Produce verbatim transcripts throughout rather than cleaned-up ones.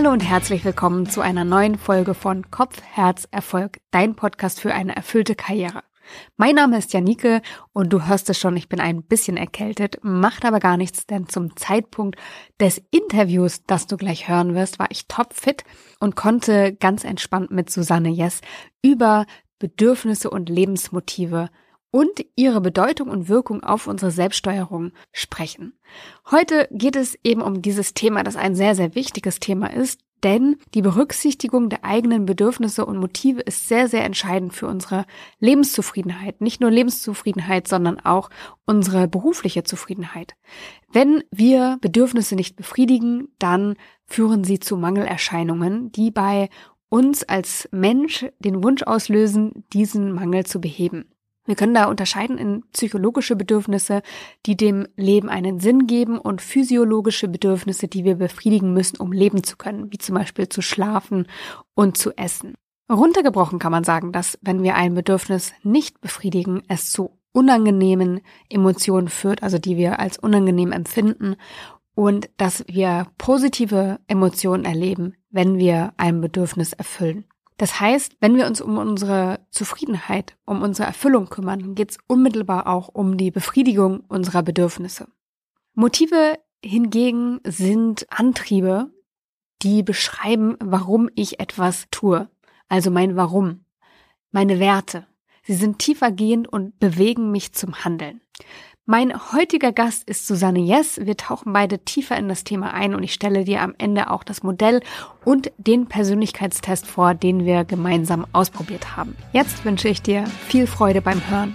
Hallo und herzlich willkommen zu einer neuen Folge von Kopf, Herz, Erfolg, dein Podcast für eine erfüllte Karriere. Mein Name ist Janike und du hörst es schon, ich bin ein bisschen erkältet, macht aber gar nichts, denn zum Zeitpunkt des Interviews, das du gleich hören wirst, war ich topfit und konnte ganz entspannt mit Susanne Jess über Bedürfnisse und Lebensmotive und ihre Bedeutung und Wirkung auf unsere Selbststeuerung sprechen. Heute geht es eben um dieses Thema, das ein sehr, sehr wichtiges Thema ist, denn die Berücksichtigung der eigenen Bedürfnisse und Motive ist sehr, sehr entscheidend für unsere Lebenszufriedenheit. Nicht nur Lebenszufriedenheit, sondern auch unsere berufliche Zufriedenheit. Wenn wir Bedürfnisse nicht befriedigen, dann führen sie zu Mangelerscheinungen, die bei uns als Mensch den Wunsch auslösen, diesen Mangel zu beheben. Wir können da unterscheiden in psychologische Bedürfnisse, die dem Leben einen Sinn geben, und physiologische Bedürfnisse, die wir befriedigen müssen, um leben zu können, wie zum Beispiel zu schlafen und zu essen. Runtergebrochen kann man sagen, dass wenn wir ein Bedürfnis nicht befriedigen, es zu unangenehmen Emotionen führt, also die wir als unangenehm empfinden, und dass wir positive Emotionen erleben, wenn wir ein Bedürfnis erfüllen. Das heißt, wenn wir uns um unsere Zufriedenheit, um unsere Erfüllung kümmern, dann geht es unmittelbar auch um die Befriedigung unserer Bedürfnisse. Motive hingegen sind Antriebe, die beschreiben, warum ich etwas tue. Also mein Warum, meine Werte. Sie sind tiefergehend und bewegen mich zum Handeln. Mein heutiger Gast ist Susanne Jess. Wir tauchen beide tiefer in das Thema ein und ich stelle dir am Ende auch das Modell und den Persönlichkeitstest vor, den wir gemeinsam ausprobiert haben. Jetzt wünsche ich dir viel Freude beim Hören.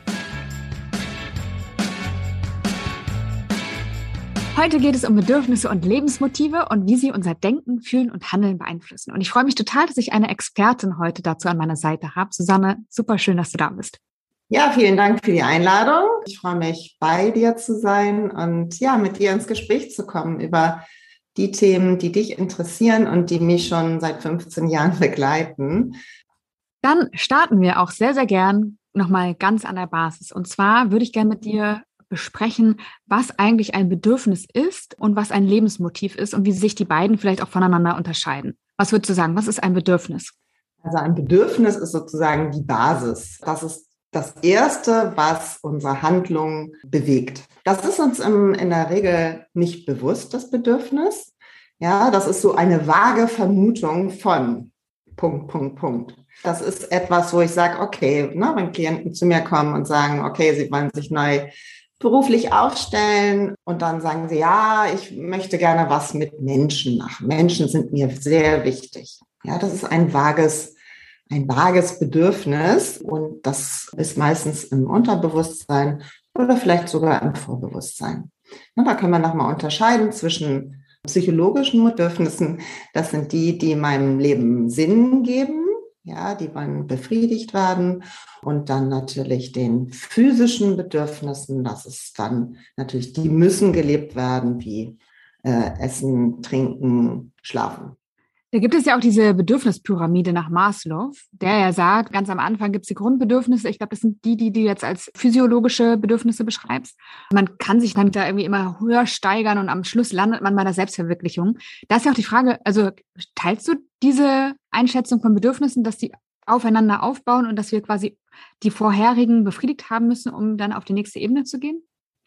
Heute geht es um Bedürfnisse und Lebensmotive und wie sie unser Denken, Fühlen und Handeln beeinflussen. Und ich freue mich total, dass ich eine Expertin heute dazu an meiner Seite habe. Susanne, super schön, dass du da bist. Ja, vielen Dank für die Einladung. Ich freue mich, bei dir zu sein und ja, mit dir ins Gespräch zu kommen über die Themen, die dich interessieren und die mich schon seit fünfzehn Jahren begleiten. Dann starten wir auch sehr, sehr gern nochmal ganz an der Basis. Und zwar würde ich gerne mit dir besprechen, was eigentlich ein Bedürfnis ist und was ein Lebensmotiv ist und wie sich die beiden vielleicht auch voneinander unterscheiden. Was würdest du sagen? Was ist ein Bedürfnis? Also ein Bedürfnis ist sozusagen die Basis. Das ist das Erste, was unsere Handlung bewegt. Das ist uns im, in der Regel nicht bewusst, das Bedürfnis. Ja, das ist so eine vage Vermutung von Punkt, Punkt, Punkt. Das ist etwas, wo ich sage, okay, ne, wenn Klienten zu mir kommen und sagen, okay, sie wollen sich neu beruflich aufstellen und dann sagen sie, ja, ich möchte gerne was mit Menschen machen. Menschen sind mir sehr wichtig. Ja, das ist ein vages Ein vages Bedürfnis und das ist meistens im Unterbewusstsein oder vielleicht sogar im Vorbewusstsein. Na, da können wir nochmal unterscheiden zwischen psychologischen Bedürfnissen. Das sind die, die meinem Leben Sinn geben, ja, die wollen befriedigt werden. Und dann natürlich den physischen Bedürfnissen. Das ist dann natürlich, die müssen gelebt werden, wie äh, Essen, Trinken, Schlafen. Da gibt es ja auch diese Bedürfnispyramide nach Maslow, der ja sagt, ganz am Anfang gibt es die Grundbedürfnisse. Ich glaube, das sind die, die du jetzt als physiologische Bedürfnisse beschreibst. Man kann sich damit da irgendwie immer höher steigern und am Schluss landet man bei der Selbstverwirklichung. Da ist ja auch die Frage, also teilst du diese Einschätzung von Bedürfnissen, dass die aufeinander aufbauen und dass wir quasi die vorherigen befriedigt haben müssen, um dann auf die nächste Ebene zu gehen?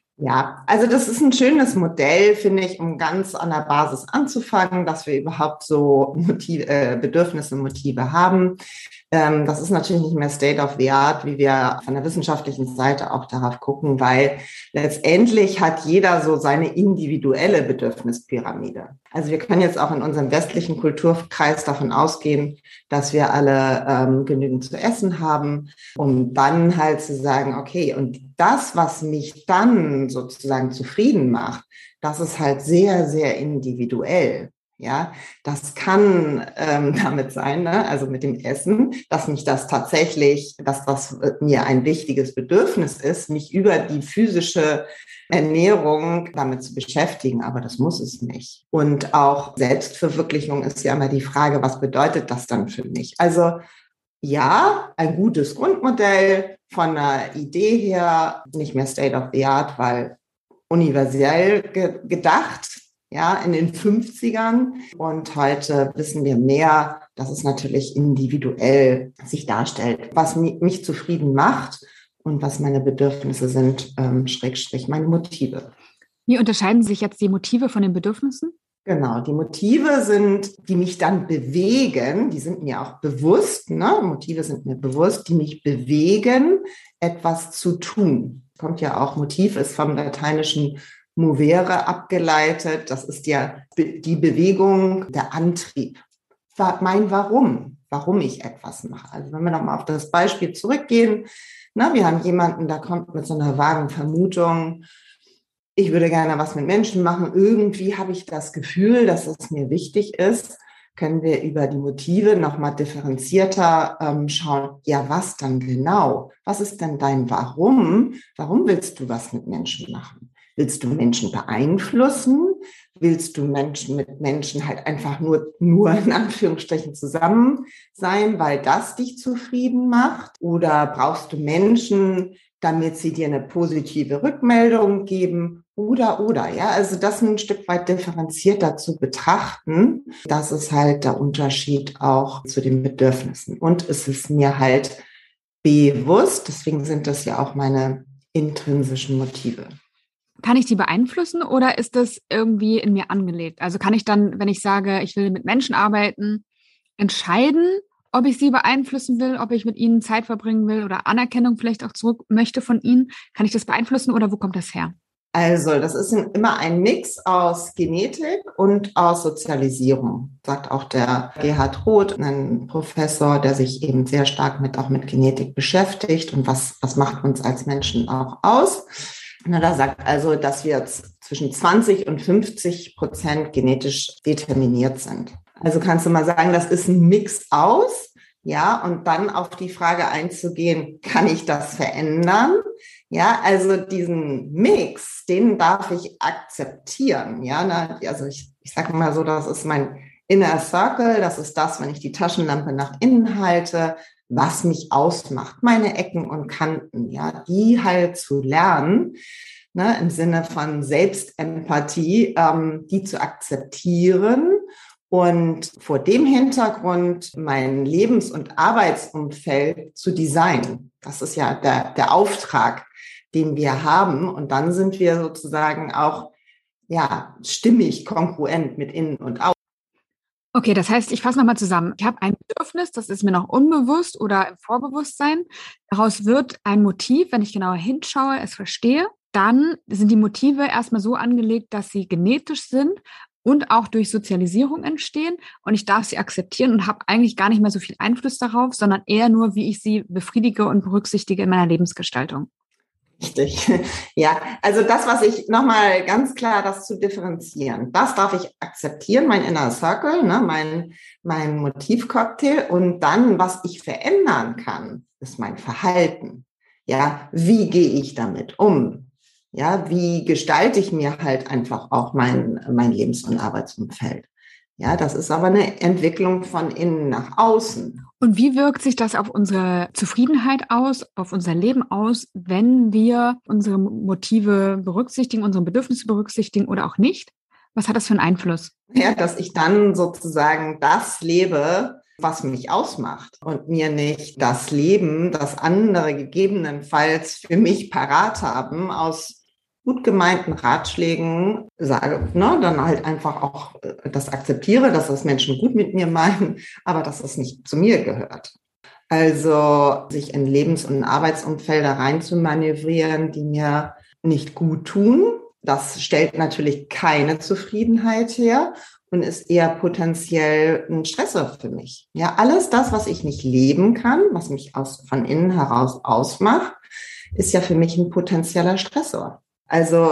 Ja, also das ist ein schönes Modell, finde ich, um ganz an der Basis anzufangen, dass wir überhaupt so Motive, äh, Bedürfnisse, Motive haben. Ähm, das ist natürlich nicht mehr State of the Art, wie wir von der wissenschaftlichen Seite auch darauf gucken, weil letztendlich hat jeder so seine individuelle Bedürfnispyramide. Also wir können jetzt auch in unserem westlichen Kulturkreis davon ausgehen, dass wir alle ähm, genügend zu essen haben, um dann halt zu sagen, okay, und das, was mich dann sozusagen zufrieden macht, das ist halt sehr, sehr individuell. Ja, das kann ähm, damit sein, ne? Also mit dem Essen, dass mich das tatsächlich, dass das mir ein wichtiges Bedürfnis ist, mich über die physische Ernährung damit zu beschäftigen, aber das muss es nicht. Und auch Selbstverwirklichung ist ja immer die Frage, was bedeutet das dann für mich? Also ja, ein gutes Grundmodell von der Idee her, nicht mehr State of the Art, weil universell ge- gedacht. ja, in den fünfzigern. Und heute wissen wir mehr, dass es natürlich individuell sich darstellt, was mich zufrieden macht und was meine Bedürfnisse sind, ähm, Schrägstrich meine Motive. Wie unterscheiden sich jetzt die Motive von den Bedürfnissen? Genau, die Motive sind, die mich dann bewegen, die sind mir auch bewusst, ne? Motive sind mir bewusst, die mich bewegen, etwas zu tun. Kommt ja auch, Motiv ist vom lateinischen movere abgeleitet, das ist ja die Bewegung, der Antrieb. Mein Warum, warum ich etwas mache. Also wenn wir nochmal auf das Beispiel zurückgehen, ne? Wir haben jemanden, der kommt mit so einer vagen Vermutung, ich würde gerne was mit Menschen machen. Irgendwie habe ich das Gefühl, dass es mir wichtig ist. Können wir über die Motive nochmal differenzierter ähm, schauen. Ja, was dann genau? Was ist denn dein Warum? Warum willst du was mit Menschen machen? Willst du Menschen beeinflussen? Willst du Menschen mit Menschen halt einfach nur, nur in Anführungsstrichen zusammen sein, weil das dich zufrieden macht? Oder brauchst du Menschen, damit sie dir eine positive Rückmeldung geben? Oder, oder, ja, also das ein Stück weit differenzierter zu betrachten, das ist halt der Unterschied auch zu den Bedürfnissen. Und es ist mir halt bewusst, deswegen sind das ja auch meine intrinsischen Motive. Kann ich die beeinflussen oder ist das irgendwie in mir angelegt? Also kann ich dann, wenn ich sage, ich will mit Menschen arbeiten, entscheiden, ob ich sie beeinflussen will, ob ich mit ihnen Zeit verbringen will oder Anerkennung vielleicht auch zurück möchte von ihnen? Kann ich das beeinflussen oder wo kommt das her? Also, das ist immer ein Mix aus Genetik und aus Sozialisierung, sagt auch der Gerhard Roth, ein Professor, der sich eben sehr stark mit, auch mit Genetik beschäftigt und was, was macht uns als Menschen auch aus. Na, da sagt also, dass wir jetzt zwischen zwanzig und fünfzig Prozent genetisch determiniert sind. Also kannst du mal sagen, das ist ein Mix aus, ja, und dann auf die Frage einzugehen, kann ich das verändern? Ja, also diesen Mix, den darf ich akzeptieren. Ja, na, also ich, ich sage mal so, das ist mein Inner Circle, das ist das, wenn ich die Taschenlampe nach innen halte, was mich ausmacht, meine Ecken und Kanten, ja, die halt zu lernen, ne, im Sinne von Selbstempathie, ähm, die zu akzeptieren und vor dem Hintergrund mein Lebens- und Arbeitsumfeld zu designen. Das ist ja der, der Auftrag, den wir haben. Und dann sind wir sozusagen auch, ja, stimmig, kongruent mit innen und außen. Okay, das heißt, ich fasse nochmal zusammen. Ich habe ein Bedürfnis, das ist mir noch unbewusst oder im Vorbewusstsein. Daraus wird ein Motiv, wenn ich genauer hinschaue, es verstehe. Dann sind die Motive erstmal so angelegt, dass sie genetisch sind und auch durch Sozialisierung entstehen. Und ich darf sie akzeptieren und habe eigentlich gar nicht mehr so viel Einfluss darauf, sondern eher nur, wie ich sie befriedige und berücksichtige in meiner Lebensgestaltung. Richtig. Ja, also das, was ich nochmal ganz klar, das zu differenzieren, das darf ich akzeptieren, mein Inner Circle, ne, mein, mein Motivcocktail. Und dann, was ich verändern kann, ist mein Verhalten. Ja, wie gehe ich damit um? Ja, wie gestalte ich mir halt einfach auch mein, mein Lebens- und Arbeitsumfeld? Ja, das ist aber eine Entwicklung von innen nach außen. Und wie wirkt sich das auf unsere Zufriedenheit aus, auf unser Leben aus, wenn wir unsere Motive berücksichtigen, unsere Bedürfnisse berücksichtigen oder auch nicht? Was hat das für einen Einfluss? Ja, dass ich dann sozusagen das lebe, was mich ausmacht und mir nicht das Leben, das andere gegebenenfalls für mich parat haben, aus gut gemeinten Ratschlägen sage, ne, dann halt einfach auch das akzeptiere, dass das Menschen gut mit mir meinen, aber dass es nicht zu mir gehört. Also sich in Lebens- und Arbeitsumfelder rein zu manövrieren, die mir nicht gut tun, das stellt natürlich keine Zufriedenheit her und ist eher potenziell ein Stressor für mich. Ja, alles das, was ich nicht leben kann, was mich aus, von innen heraus ausmacht, ist ja für mich ein potenzieller Stressor. Also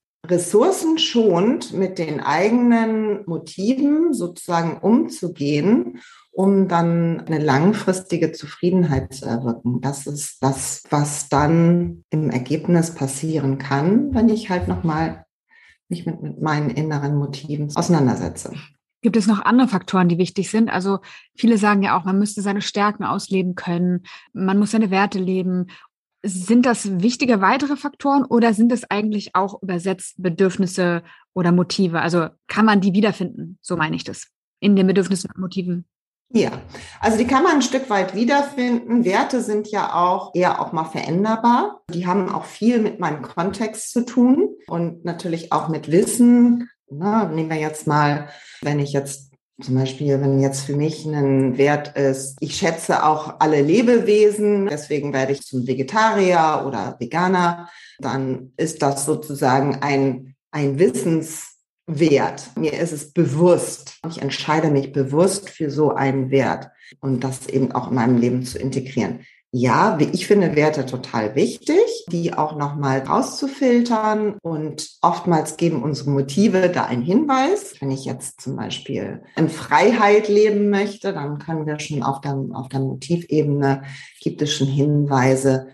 ressourcenschonend mit den eigenen Motiven sozusagen umzugehen, um dann eine langfristige Zufriedenheit zu erwirken. Das ist das, was dann im Ergebnis passieren kann, wenn ich halt nochmal mich mit, mit meinen inneren Motiven auseinandersetze. Gibt es noch andere Faktoren, die wichtig sind? Also viele sagen ja auch, man müsste seine Stärken ausleben können, man muss seine Werte leben. Sind das wichtige weitere Faktoren oder sind es eigentlich auch übersetzt Bedürfnisse oder Motive? Also kann man die wiederfinden? So meine ich das. In den Bedürfnissen und Motiven. Ja, also die kann man ein Stück weit wiederfinden. Werte sind ja auch eher auch mal veränderbar. Die haben auch viel mit meinem Kontext zu tun und natürlich auch mit Wissen. Na, nehmen wir jetzt mal, wenn ich jetzt zum Beispiel, wenn jetzt für mich ein Wert ist, ich schätze auch alle Lebewesen, deswegen werde ich zum Vegetarier oder Veganer, dann ist das sozusagen ein, ein Wissenswert. Mir ist es bewusst. Ich entscheide mich bewusst für so einen Wert und das eben auch in meinem Leben zu integrieren. Ja, ich finde Werte total wichtig, die auch nochmal rauszufiltern und oftmals geben unsere Motive da einen Hinweis. Wenn ich jetzt zum Beispiel in Freiheit leben möchte, dann können wir schon auf der, auf der Motivebene, gibt es schon Hinweise,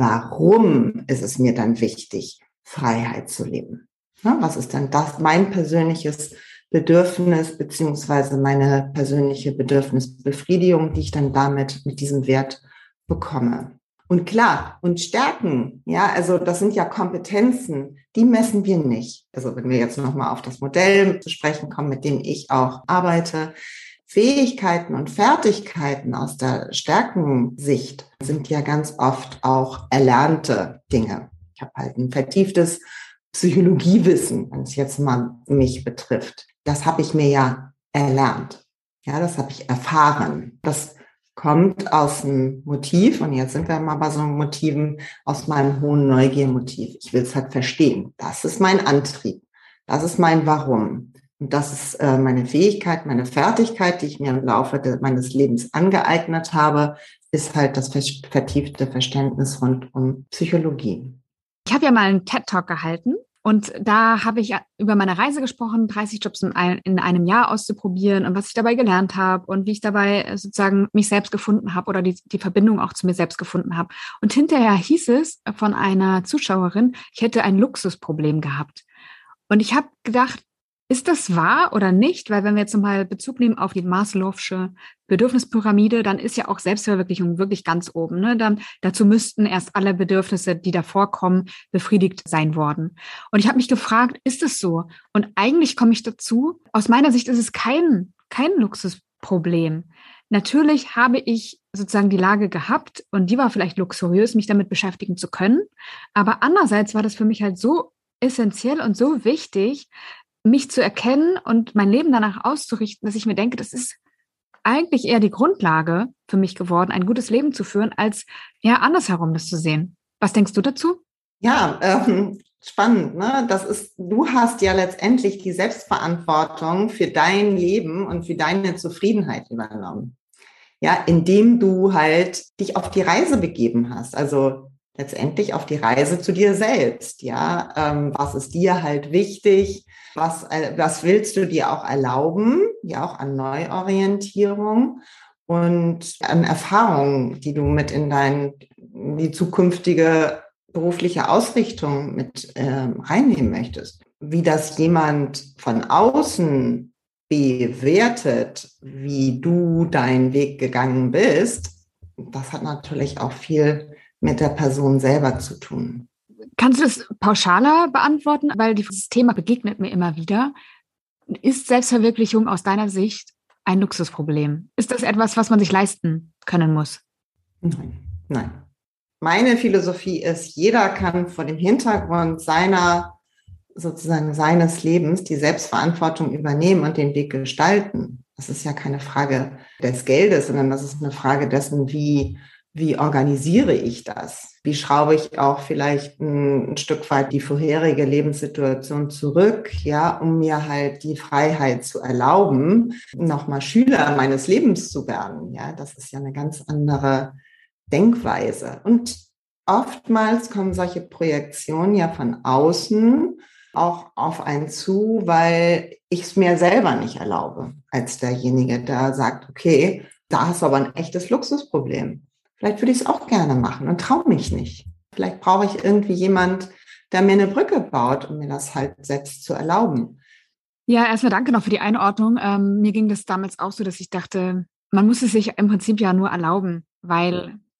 warum ist es mir dann wichtig, Freiheit zu leben. Na, was ist denn das, mein persönliches Bedürfnis beziehungsweise meine persönliche Bedürfnisbefriedigung, die ich dann damit mit diesem Wert bekomme. Und klar, und Stärken, ja, also das sind ja Kompetenzen, die messen wir nicht. Also wenn wir jetzt nochmal auf das Modell zu sprechen kommen, mit dem ich auch arbeite, Fähigkeiten und Fertigkeiten aus der Stärkensicht sind ja ganz oft auch erlernte Dinge. Ich habe halt ein vertieftes Psychologiewissen, wenn es jetzt mal mich betrifft. Das habe ich mir ja erlernt. Ja, das habe ich erfahren. Das kommt aus dem Motiv, und jetzt sind wir mal bei so Motiven, aus meinem hohen Neugiermotiv. Ich will es halt verstehen. Das ist mein Antrieb. Das ist mein Warum. Und das ist äh, meine Fähigkeit, meine Fertigkeit, die ich mir im Laufe de- meines Lebens angeeignet habe, ist halt das vertiefte Verständnis rund um Psychologie. Ich habe ja mal einen TED-Talk gehalten. Und da habe ich über meine Reise gesprochen, dreißig Jobs in, ein, in einem Jahr auszuprobieren und was ich dabei gelernt habe und wie ich dabei sozusagen mich selbst gefunden habe oder die, die Verbindung auch zu mir selbst gefunden habe. Und hinterher hieß es von einer Zuschauerin, ich hätte ein Luxusproblem gehabt. Und ich habe gedacht, ist das wahr oder nicht? Weil wenn wir jetzt mal Bezug nehmen auf die Maslow'sche Bedürfnispyramide, dann ist ja auch Selbstverwirklichung wirklich ganz oben. Ne? Dann, dazu müssten erst alle Bedürfnisse, die davor kommen, befriedigt sein worden. Und ich habe mich gefragt, ist es so? Und eigentlich komme ich dazu, aus meiner Sicht ist es kein, kein Luxusproblem. Natürlich habe ich sozusagen die Lage gehabt und die war vielleicht luxuriös, mich damit beschäftigen zu können. Aber andererseits war das für mich halt so essentiell und so wichtig, mich zu erkennen und mein Leben danach auszurichten, dass ich mir denke, das ist eigentlich eher die Grundlage für mich geworden, ein gutes Leben zu führen, als ja andersherum das zu sehen. Was denkst du dazu? Ja, ähm, spannend, ne? Das ist, du hast ja letztendlich die Selbstverantwortung für dein Leben und für deine Zufriedenheit übernommen. Ja, indem du halt dich auf die Reise begeben hast. Also letztendlich auf die Reise zu dir selbst. Ja, ähm, was ist dir halt wichtig? Was, äh, was willst du dir auch erlauben? Ja, auch an Neuorientierung und an Erfahrungen, die du mit in dein, die zukünftige berufliche Ausrichtung mit ähm, reinnehmen möchtest. Wie das jemand von außen bewertet, wie du deinen Weg gegangen bist, das hat natürlich auch viel mit der Person selber zu tun. Kannst du das pauschaler beantworten? Weil dieses Thema begegnet mir immer wieder. Ist Selbstverwirklichung aus deiner Sicht ein Luxusproblem? Ist das etwas, was man sich leisten können muss? Nein, nein. Meine Philosophie ist, jeder kann vor dem Hintergrund seiner, sozusagen seines Lebens die Selbstverantwortung übernehmen und den Weg gestalten. Das ist ja keine Frage des Geldes, sondern das ist eine Frage dessen, wie Wie organisiere ich das? Wie schraube ich auch vielleicht ein, ein Stück weit die vorherige Lebenssituation zurück, ja, um mir halt die Freiheit zu erlauben, nochmal Schüler meines Lebens zu werden? Ja, das ist ja eine ganz andere Denkweise. Und oftmals kommen solche Projektionen ja von außen auch auf einen zu, weil ich es mir selber nicht erlaube, als derjenige, der sagt, okay, da hast du aber ein echtes Luxusproblem. Vielleicht würde ich es auch gerne machen und traue mich nicht. Vielleicht brauche ich irgendwie jemand, der mir eine Brücke baut, um mir das halt selbst zu erlauben. Ja, erstmal danke noch für die Einordnung. Ähm, mir ging das damals auch so, dass ich dachte, man muss es sich im Prinzip ja nur erlauben, weil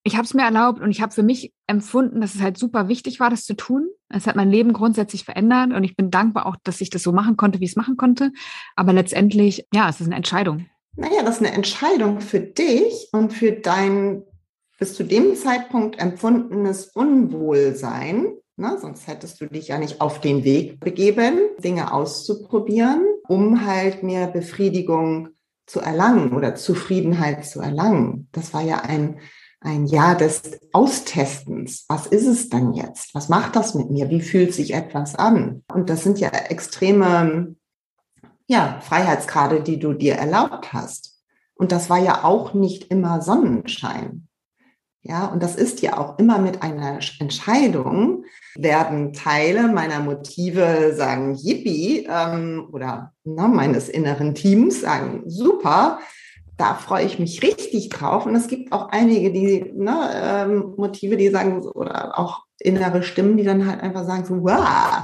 ich habe es mir erlaubt und ich habe für mich empfunden, dass es halt super wichtig war, das zu tun. Es hat mein Leben grundsätzlich verändert und ich bin dankbar auch, dass ich das so machen konnte, wie ich es machen konnte. Aber letztendlich, ja, es ist eine Entscheidung. Naja, das ist eine Entscheidung für dich und für dein bis zu dem Zeitpunkt empfundenes Unwohlsein. Ne? Sonst hättest du dich ja nicht auf den Weg begeben, Dinge auszuprobieren, um halt mehr Befriedigung zu erlangen oder Zufriedenheit zu erlangen. Das war ja ein Ein Jahr des Austestens. Was ist es dann jetzt? Was macht das mit mir? Wie fühlt sich etwas an? Und das sind ja extreme, ja, Freiheitsgrade, die du dir erlaubt hast. Und das war ja auch nicht immer Sonnenschein. Ja, und das ist ja auch immer mit einer Entscheidung, werden Teile meiner Motive sagen, yippie, ähm, oder na, meines inneren Teams sagen, super, da freue ich mich richtig drauf. Und es gibt auch einige, die ne, ähm, Motive, die sagen, oder auch innere Stimmen, die dann halt einfach sagen, so, wow,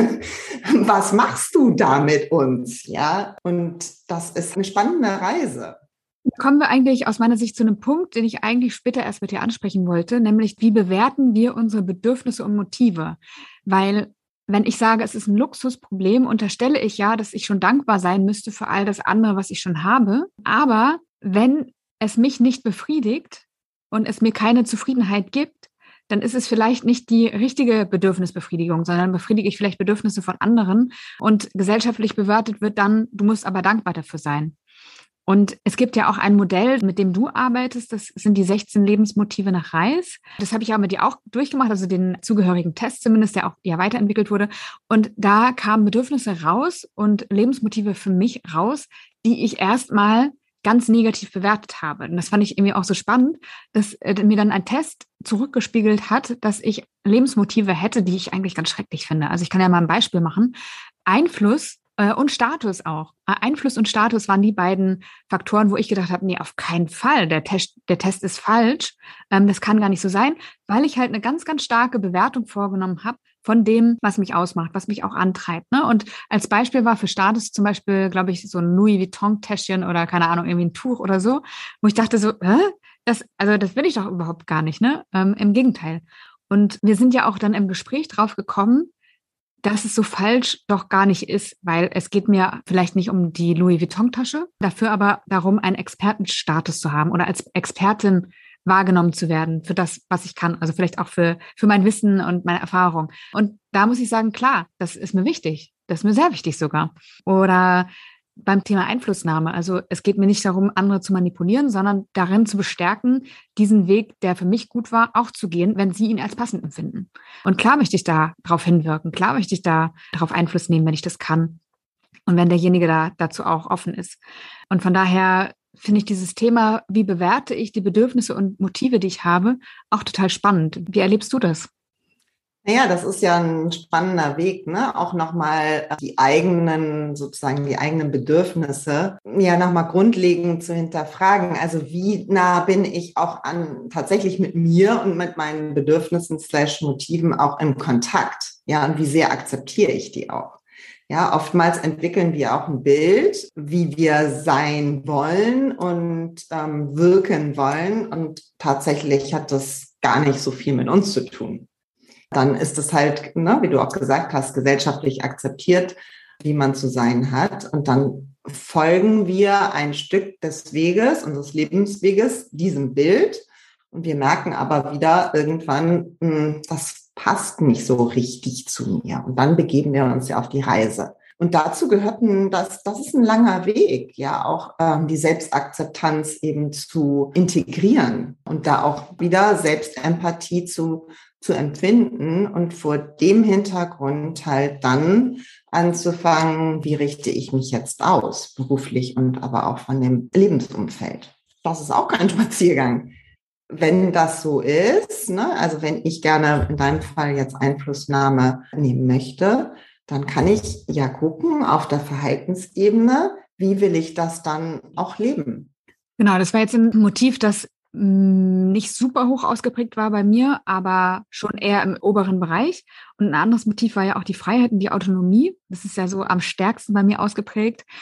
was machst du da mit uns? Ja, und das ist eine spannende Reise. Kommen wir eigentlich aus meiner Sicht zu einem Punkt, den ich eigentlich später erst mit dir ansprechen wollte, nämlich wie bewerten wir unsere Bedürfnisse und Motive? Weil wenn ich sage, es ist ein Luxusproblem, unterstelle ich ja, dass ich schon dankbar sein müsste für all das andere, was ich schon habe. Aber wenn es mich nicht befriedigt und es mir keine Zufriedenheit gibt, dann ist es vielleicht nicht die richtige Bedürfnisbefriedigung, sondern befriedige ich vielleicht Bedürfnisse von anderen. Und gesellschaftlich bewertet wird dann, du musst aber dankbar dafür sein. Und es gibt ja auch ein Modell, mit dem du arbeitest, das sind die sechzehn Lebensmotive nach Reis. Das habe ich ja mit dir auch durchgemacht, also den zugehörigen Test zumindest, der auch ja weiterentwickelt wurde. Und da kamen Bedürfnisse raus und Lebensmotive für mich raus, die ich erstmal ganz negativ bewertet habe. Und das fand ich irgendwie auch so spannend, dass äh, mir dann ein Test zurückgespiegelt hat, dass ich Lebensmotive hätte, die ich eigentlich ganz schrecklich finde. Also ich kann ja mal ein Beispiel machen. Einfluss und Status auch. Einfluss und Status waren die beiden Faktoren, wo ich gedacht habe, nee, auf keinen Fall, der Test, der Test ist falsch, ähm, das kann gar nicht so sein, weil ich halt eine ganz, ganz starke Bewertung vorgenommen habe von dem, was mich ausmacht, was mich auch antreibt. Ne? Und als Beispiel war für Status zum Beispiel, glaube ich, so ein Louis Vuitton-Täschchen oder keine Ahnung, irgendwie ein Tuch oder so, wo ich dachte so, hä? Das, also das will ich doch überhaupt gar nicht, ne? Ähm, im Gegenteil. Und wir sind ja auch dann im Gespräch drauf gekommen, dass es so falsch doch gar nicht ist, weil es geht mir vielleicht nicht um die Louis Vuitton-Tasche, dafür aber darum, einen Expertenstatus zu haben oder als Expertin wahrgenommen zu werden für das, was ich kann, also vielleicht auch für, für mein Wissen und meine Erfahrung. Und da muss ich sagen, klar, das ist mir wichtig, das ist mir sehr wichtig sogar. Oder beim Thema Einflussnahme. Also es geht mir nicht darum, andere zu manipulieren, sondern darin zu bestärken, diesen Weg, der für mich gut war, auch zu gehen, wenn sie ihn als passend empfinden. Und klar möchte ich da darauf hinwirken, klar möchte ich da darauf Einfluss nehmen, wenn ich das kann. Und wenn derjenige da dazu auch offen ist. Und von daher finde ich dieses Thema, wie bewerte ich die Bedürfnisse und Motive, die ich habe, auch total spannend. Wie erlebst du das? Naja, das ist ja ein spannender Weg, ne? Auch nochmal die eigenen, sozusagen die eigenen Bedürfnisse, ja, nochmal grundlegend zu hinterfragen. Also wie nah bin ich auch an, tatsächlich mit mir und mit meinen Bedürfnissen slash Motiven auch in Kontakt? Ja, und wie sehr akzeptiere ich die auch? Ja, oftmals entwickeln wir auch ein Bild, wie wir sein wollen und ähm, wirken wollen. Und tatsächlich hat das gar nicht so viel mit uns zu tun. Dann ist es halt, ne, wie du auch gesagt hast, gesellschaftlich akzeptiert, wie man zu sein hat. Und dann folgen wir ein Stück des Weges, unseres Lebensweges, diesem Bild. Und wir merken aber wieder irgendwann, mh, das passt nicht so richtig zu mir. Und dann begeben wir uns ja auf die Reise. Und dazu gehört ein, das, das ist ein langer Weg, ja, auch ähm, die Selbstakzeptanz eben zu integrieren und da auch wieder Selbstempathie zu, zu empfinden und vor dem Hintergrund halt dann anzufangen, wie richte ich mich jetzt aus, beruflich und aber auch von dem Lebensumfeld. Das ist auch kein Spaziergang. Wenn das so ist, ne, also wenn ich gerne in deinem Fall jetzt Einflussnahme nehmen möchte, dann kann ich ja gucken auf der Verhaltensebene, wie will ich das dann auch leben. Genau, das war jetzt ein Motiv, das mh, nicht super hoch ausgeprägt war bei mir, aber schon eher im oberen Bereich. Und ein anderes Motiv war ja auch die Freiheit und die Autonomie. Das ist ja so am stärksten bei mir ausgeprägt.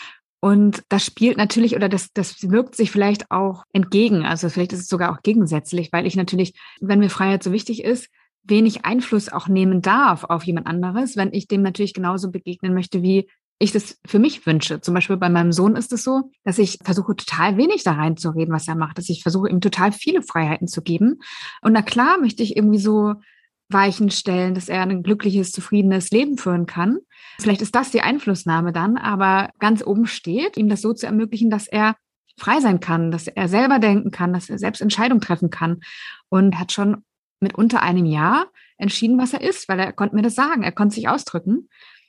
Und das spielt natürlich oder das, das wirkt sich vielleicht auch entgegen. Also vielleicht ist es sogar auch gegensätzlich, weil ich natürlich, wenn mir Freiheit so wichtig ist, wenig Einfluss auch nehmen darf auf jemand anderes, wenn ich dem natürlich genauso begegnen möchte, wie ich das für mich wünsche. Zum Beispiel bei meinem Sohn ist es so, dass ich versuche, total wenig da reinzureden, was er macht, dass ich versuche, ihm total viele Freiheiten zu geben. Und na klar möchte ich irgendwie so Weichen stellen, dass er ein glückliches, zufriedenes Leben führen kann. Vielleicht ist das die Einflussnahme dann, aber ganz oben steht, ihm das so zu ermöglichen, dass er frei sein kann, dass er selber denken kann, dass er selbst Entscheidungen treffen kann. Und er hat schon mit unter einem Jahr entschieden, was er ist, weil er konnte mir das sagen, er konnte sich ausdrücken,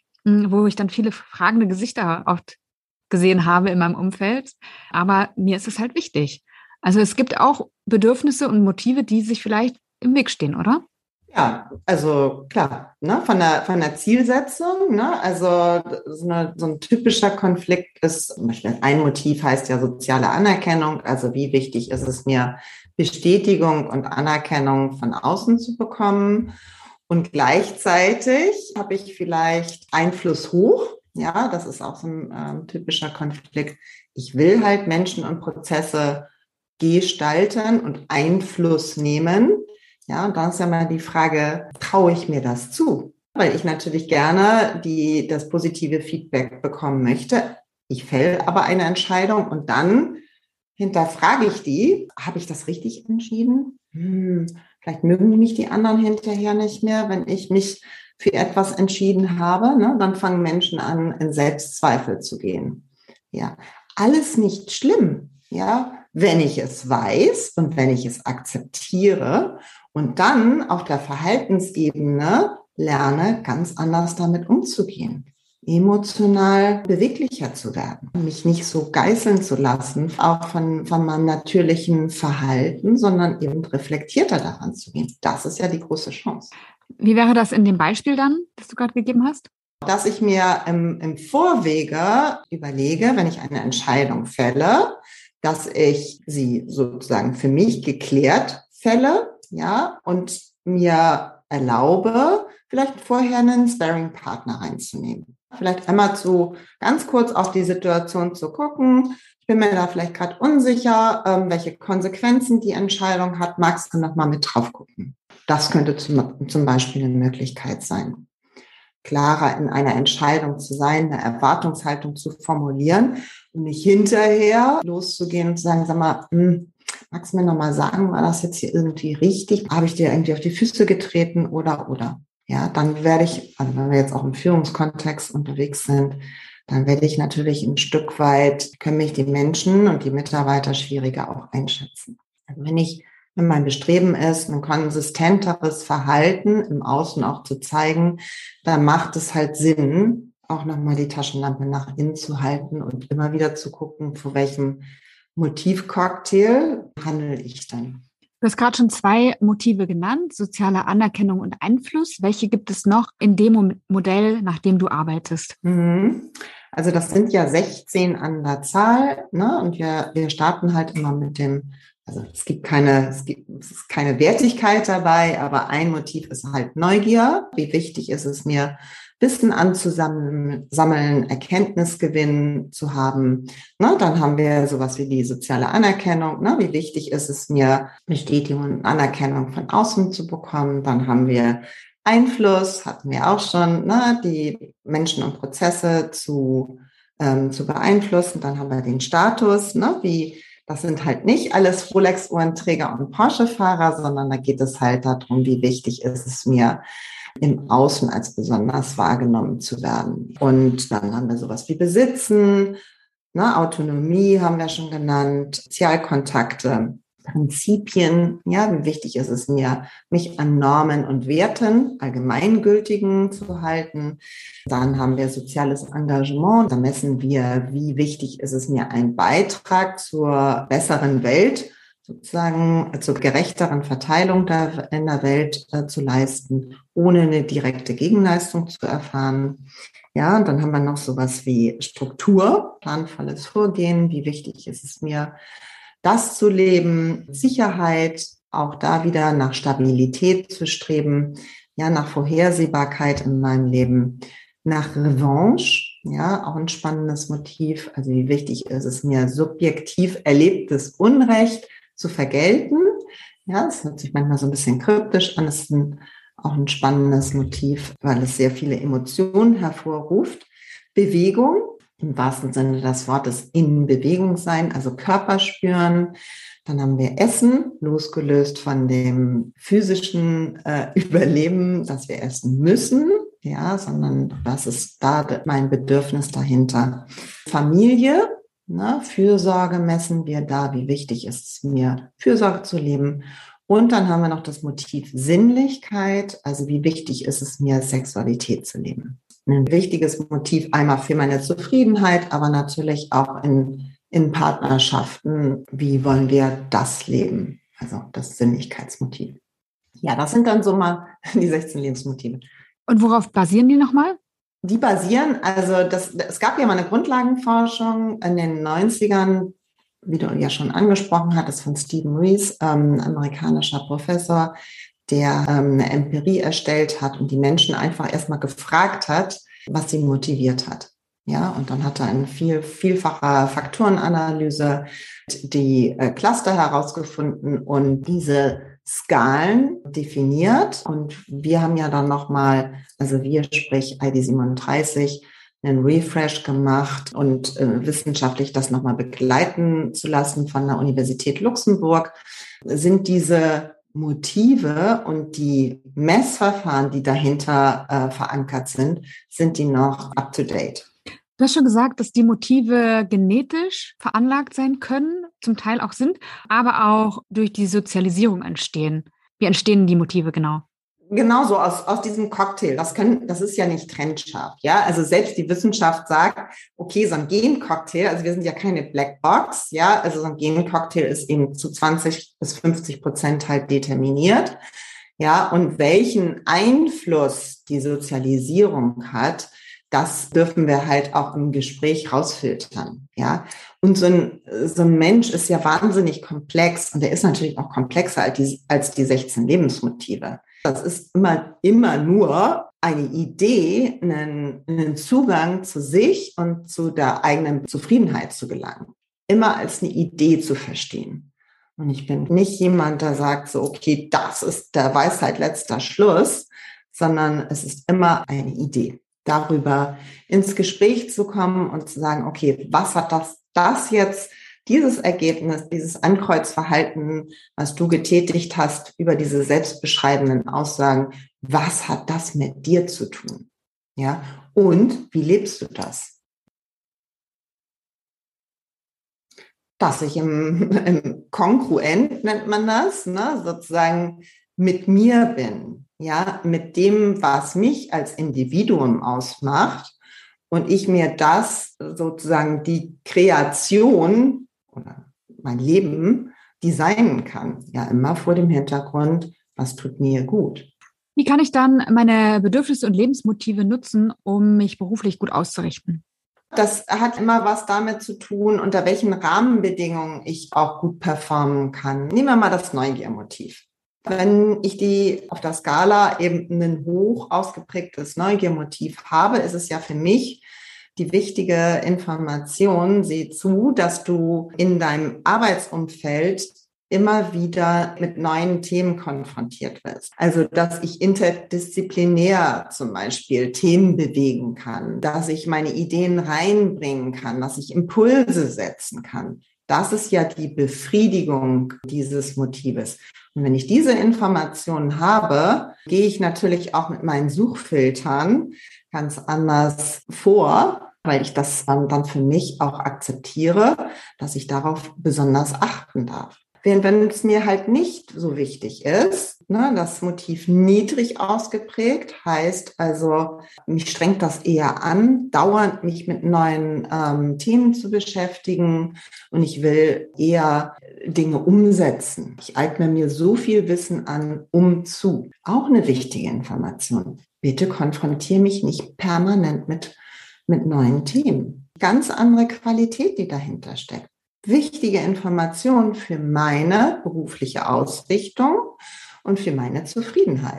wo ich dann viele fragende Gesichter oft gesehen habe in meinem Umfeld. Aber mir ist es halt wichtig. Also es gibt auch Bedürfnisse und Motive, die sich vielleicht im Weg stehen, oder? Ja, also klar, ne, von der, von der Zielsetzung, ne, also so, eine, so ein typischer Konflikt ist, zum Beispiel ein Motiv heißt ja soziale Anerkennung, also wie wichtig ist es mir, Bestätigung und Anerkennung von außen zu bekommen. Und gleichzeitig habe ich vielleicht Einfluss hoch, ja, das ist auch so ein ähm, typischer Konflikt. Ich will halt Menschen und Prozesse gestalten und Einfluss nehmen. Ja, und dann ist ja mal die Frage, traue ich mir das zu? Weil ich natürlich gerne die, das positive Feedback bekommen möchte. Ich fälle aber eine Entscheidung und dann hinterfrage ich die. Habe ich das richtig entschieden? Hm, vielleicht mögen mich die anderen hinterher nicht mehr, wenn ich mich für etwas entschieden habe. Ne? Dann fangen Menschen an, in Selbstzweifel zu gehen. Ja, alles nicht schlimm. Ja, wenn ich es weiß und wenn ich es akzeptiere und dann auf der Verhaltensebene lerne, ganz anders damit umzugehen, emotional beweglicher zu werden, mich nicht so geißeln zu lassen, auch von, von meinem natürlichen Verhalten, sondern eben reflektierter daran zu gehen. Das ist ja die große Chance. Wie wäre das in dem Beispiel dann, das du gerade gegeben hast? Dass ich mir im, im Vorwege überlege, wenn ich eine Entscheidung fälle, dass ich sie sozusagen für mich geklärt fälle, ja, und mir erlaube, vielleicht vorher einen Sparring-Partner reinzunehmen. Vielleicht einmal zu ganz kurz auf die Situation zu gucken. Ich bin mir da vielleicht gerade unsicher, ähm, welche Konsequenzen die Entscheidung hat. Magst du noch mal mit drauf gucken? Das könnte zum, zum Beispiel eine Möglichkeit sein. Klarer in einer Entscheidung zu sein, eine Erwartungshaltung zu formulieren und nicht hinterher loszugehen und zu sagen, sag mal, hm, magst du mir noch mal sagen, war das jetzt hier irgendwie richtig? Habe ich dir irgendwie auf die Füße getreten oder, oder? Ja, dann werde ich, also wenn wir jetzt auch im Führungskontext unterwegs sind, dann werde ich natürlich ein Stück weit, können mich die Menschen und die Mitarbeiter schwieriger auch einschätzen. Also wenn ich wenn mein Bestreben ist, ein konsistenteres Verhalten im Außen auch zu zeigen, dann macht es halt Sinn, auch nochmal die Taschenlampe nach innen zu halten und immer wieder zu gucken, vor welchem Motivcocktail handle ich dann. Du hast gerade schon zwei Motive genannt, soziale Anerkennung und Einfluss. Welche gibt es noch in dem Modell, nach dem du arbeitest? Mhm. Also das sind ja sechzehn an der Zahl, ne? Und wir, wir starten halt immer mit dem, also es gibt keine, es gibt es ist keine Wertigkeit dabei, aber ein Motiv ist halt Neugier. Wie wichtig ist es mir, Wissen anzusammeln, sammeln, Erkenntnisgewinn zu haben. Ne? Dann haben wir sowas wie die soziale Anerkennung. Ne? Wie wichtig ist es mir, Bestätigung und Anerkennung von außen zu bekommen. Dann haben wir Einfluss, hatten wir auch schon, ne? Die Menschen und Prozesse zu, ähm, zu beeinflussen. Dann haben wir den Status, ne? Wie das sind halt nicht alles Rolex-Uhrenträger und Porsche-Fahrer, sondern da geht es halt darum, wie wichtig ist es mir, im Außen als besonders wahrgenommen zu werden. Und dann haben wir sowas wie Besitzen, ne, Autonomie haben wir schon genannt, Sozialkontakte, Prinzipien, ja, wie wichtig ist es mir, mich an Normen und Werten, allgemeingültigen zu halten. Dann haben wir soziales Engagement. Da messen wir, wie wichtig ist es mir, einen Beitrag zur besseren Welt, sozusagen zur gerechteren Verteilung der, in der Welt äh, zu leisten, ohne eine direkte Gegenleistung zu erfahren. Ja, und dann haben wir noch sowas wie Struktur, planvolles Vorgehen. Wie wichtig ist es mir, das zu leben, Sicherheit, auch da wieder nach Stabilität zu streben, ja, nach Vorhersehbarkeit in meinem Leben, nach Revanche, Ja, auch ein spannendes Motiv. Also wie wichtig ist es mir, subjektiv erlebtes Unrecht zu vergelten. Ja, das hört sich manchmal so ein bisschen kryptisch an. Das ist ein, auch ein spannendes Motiv, weil es sehr viele Emotionen hervorruft. Bewegung, im wahrsten Sinne des Wortes in Bewegung sein, also Körper spüren. Dann haben wir Essen, losgelöst von dem physischen äh, Überleben, dass wir essen müssen, ja, sondern was ist da mein Bedürfnis dahinter? Familie, ne, Fürsorge messen wir da, wie wichtig ist es mir, Fürsorge zu leben. Und dann haben wir noch das Motiv Sinnlichkeit, also wie wichtig ist es mir, Sexualität zu leben. Ein wichtiges Motiv einmal für meine Zufriedenheit, aber natürlich auch in, in Partnerschaften, wie wollen wir das leben? Also das Sinnlichkeitsmotiv. Ja, das sind dann so mal die sechzehn Lebensmotive. Und worauf basieren die nochmal? Die basieren, also das, es gab ja mal eine Grundlagenforschung in den neunzigern, wie du ja schon angesprochen hattest, von Stephen Rees, ähm, amerikanischer Professor, der ähm, eine Empirie erstellt hat und die Menschen einfach erstmal gefragt hat, was sie motiviert hat. Ja, und dann hat er eine viel, vielfache Faktorenanalyse die äh, Cluster herausgefunden und diese Skalen definiert. Und wir haben ja dann nochmal, also wir, sprich I D siebenunddreißig, einen Refresh gemacht und äh, wissenschaftlich das nochmal begleiten zu lassen von der Universität Luxemburg, sind diese Motive und die Messverfahren, die dahinter äh, verankert sind, sind die noch up to date. Du hast schon gesagt, dass die Motive genetisch veranlagt sein können, zum Teil auch sind, aber auch durch die Sozialisierung entstehen. Wie entstehen die Motive genau? Genauso aus, aus diesem Cocktail. Das können, das ist ja nicht trennscharf, ja. Also selbst die Wissenschaft sagt, okay, so ein Gencocktail, also wir sind ja keine Blackbox, ja. Also so ein Gencocktail ist eben zu zwanzig bis fünfzig Prozent halt determiniert, ja. Und welchen Einfluss die Sozialisierung hat, das dürfen wir halt auch im Gespräch rausfiltern, ja. Und so ein, so ein Mensch ist ja wahnsinnig komplex und der ist natürlich auch komplexer als die, als die sechzehn Lebensmotive. Das ist immer, immer nur eine Idee, einen, einen Zugang zu sich und zu der eigenen Zufriedenheit zu gelangen. Immer als eine Idee zu verstehen. Und ich bin nicht jemand, der sagt so, okay, das ist der Weisheit letzter Schluss, sondern es ist immer eine Idee. Darüber ins Gespräch zu kommen und zu sagen, okay, was hat das, das jetzt, dieses Ergebnis, dieses Ankreuzverhalten, was du getätigt hast über diese selbstbeschreibenden Aussagen, was hat das mit dir zu tun? Ja, und wie lebst du das? Dass ich im, im Kongruent, nennt man das, ne, sozusagen mit mir bin, ja, mit dem, was mich als Individuum ausmacht und ich mir das sozusagen die Kreation oder mein Leben designen kann. Ja, immer vor dem Hintergrund, was tut mir gut. Wie kann ich dann meine Bedürfnisse und Lebensmotive nutzen, um mich beruflich gut auszurichten? Das hat immer was damit zu tun, unter welchen Rahmenbedingungen ich auch gut performen kann. Nehmen wir mal das Neugiermotiv. Wenn ich die auf der Skala eben ein hoch ausgeprägtes Neugiermotiv habe, ist es ja für mich die wichtige Information, sieh zu, dass du in deinem Arbeitsumfeld immer wieder mit neuen Themen konfrontiert wirst. Also, dass ich interdisziplinär zum Beispiel Themen bewegen kann, dass ich meine Ideen reinbringen kann, dass ich Impulse setzen kann. Das ist ja die Befriedigung dieses Motives. Und wenn ich diese Informationen habe, gehe ich natürlich auch mit meinen Suchfiltern ganz anders vor, weil ich das dann für mich auch akzeptiere, dass ich darauf besonders achten darf. Während wenn es mir halt nicht so wichtig ist, ne, das Motiv niedrig ausgeprägt heißt also, mich strengt das eher an, dauernd mich mit neuen ähm, Themen zu beschäftigen und ich will eher Dinge umsetzen. Ich eigne mir so viel Wissen an, um zu. Auch eine wichtige Information. Bitte konfrontiere mich nicht permanent mit, mit neuen Themen. Ganz andere Qualität, die dahinter steckt. Wichtige Informationen für meine berufliche Ausrichtung und für meine Zufriedenheit.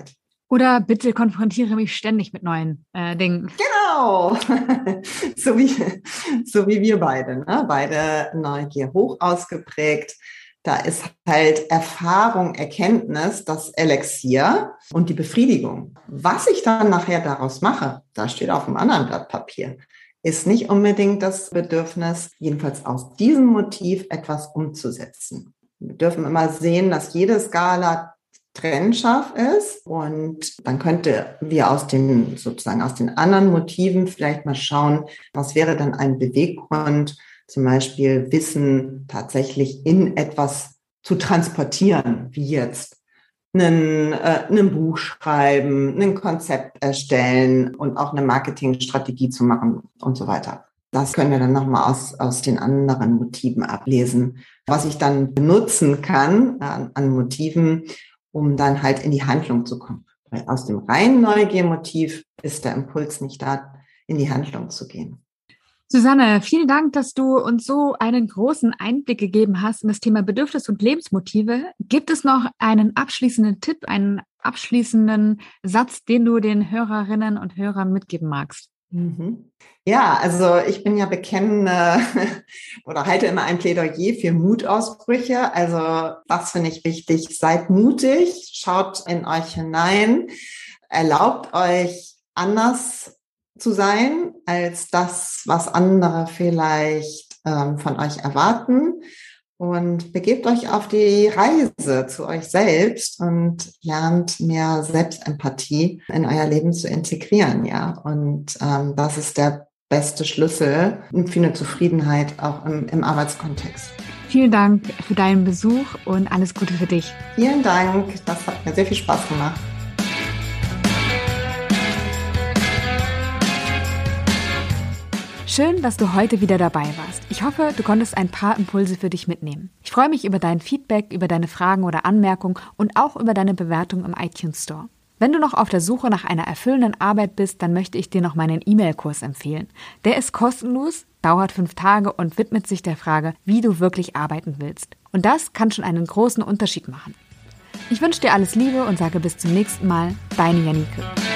Oder bitte konfrontiere mich ständig mit neuen äh, Dingen. Genau, so wie, so wie wir beide, ne? Beide Neugier hoch ausgeprägt. Da ist halt Erfahrung, Erkenntnis, das Elixier und die Befriedigung. Was ich dann nachher daraus mache, da steht auf einem anderen Blatt Papier, ist nicht unbedingt das Bedürfnis, jedenfalls aus diesem Motiv etwas umzusetzen. Wir dürfen immer sehen, dass jede Skala trennscharf ist und dann könnte wir aus den sozusagen aus den anderen Motiven vielleicht mal schauen, was wäre dann ein Beweggrund, zum Beispiel Wissen tatsächlich in etwas zu transportieren, wie jetzt einen, äh, ein Buch schreiben, ein Konzept erstellen und auch eine Marketingstrategie zu machen und so weiter. Das können wir dann nochmal aus, aus den anderen Motiven ablesen, was ich dann benutzen kann an, an Motiven, um dann halt in die Handlung zu kommen. Weil aus dem reinen Neugiermotiv ist der Impuls nicht da, in die Handlung zu gehen. Susanne, vielen Dank, dass du uns so einen großen Einblick gegeben hast in das Thema Bedürfnis und Lebensmotive. Gibt es noch einen abschließenden Tipp, einen abschließenden Satz, den du den Hörerinnen und Hörern mitgeben magst? Mhm. Ja, also ich bin ja bekennende oder halte immer ein Plädoyer für Mutausbrüche. Also das finde ich wichtig. Seid mutig, schaut in euch hinein, erlaubt euch anders zu sein als das, was andere vielleicht ähm, von euch erwarten. Und begebt euch auf die Reise zu euch selbst und lernt mehr Selbstempathie in euer Leben zu integrieren, ja. Und ähm, das ist der beste Schlüssel für eine Zufriedenheit auch im, im Arbeitskontext. Vielen Dank für deinen Besuch und alles Gute für dich. Vielen Dank, das hat mir sehr viel Spaß gemacht. Schön, dass du heute wieder dabei warst. Ich hoffe, du konntest ein paar Impulse für dich mitnehmen. Ich freue mich über dein Feedback, über deine Fragen oder Anmerkungen und auch über deine Bewertung im iTunes Store. Wenn du noch auf der Suche nach einer erfüllenden Arbeit bist, dann möchte ich dir noch meinen E-Mail-Kurs empfehlen. Der ist kostenlos, dauert fünf Tage und widmet sich der Frage, wie du wirklich arbeiten willst. Und das kann schon einen großen Unterschied machen. Ich wünsche dir alles Liebe und sage bis zum nächsten Mal, deine Janike.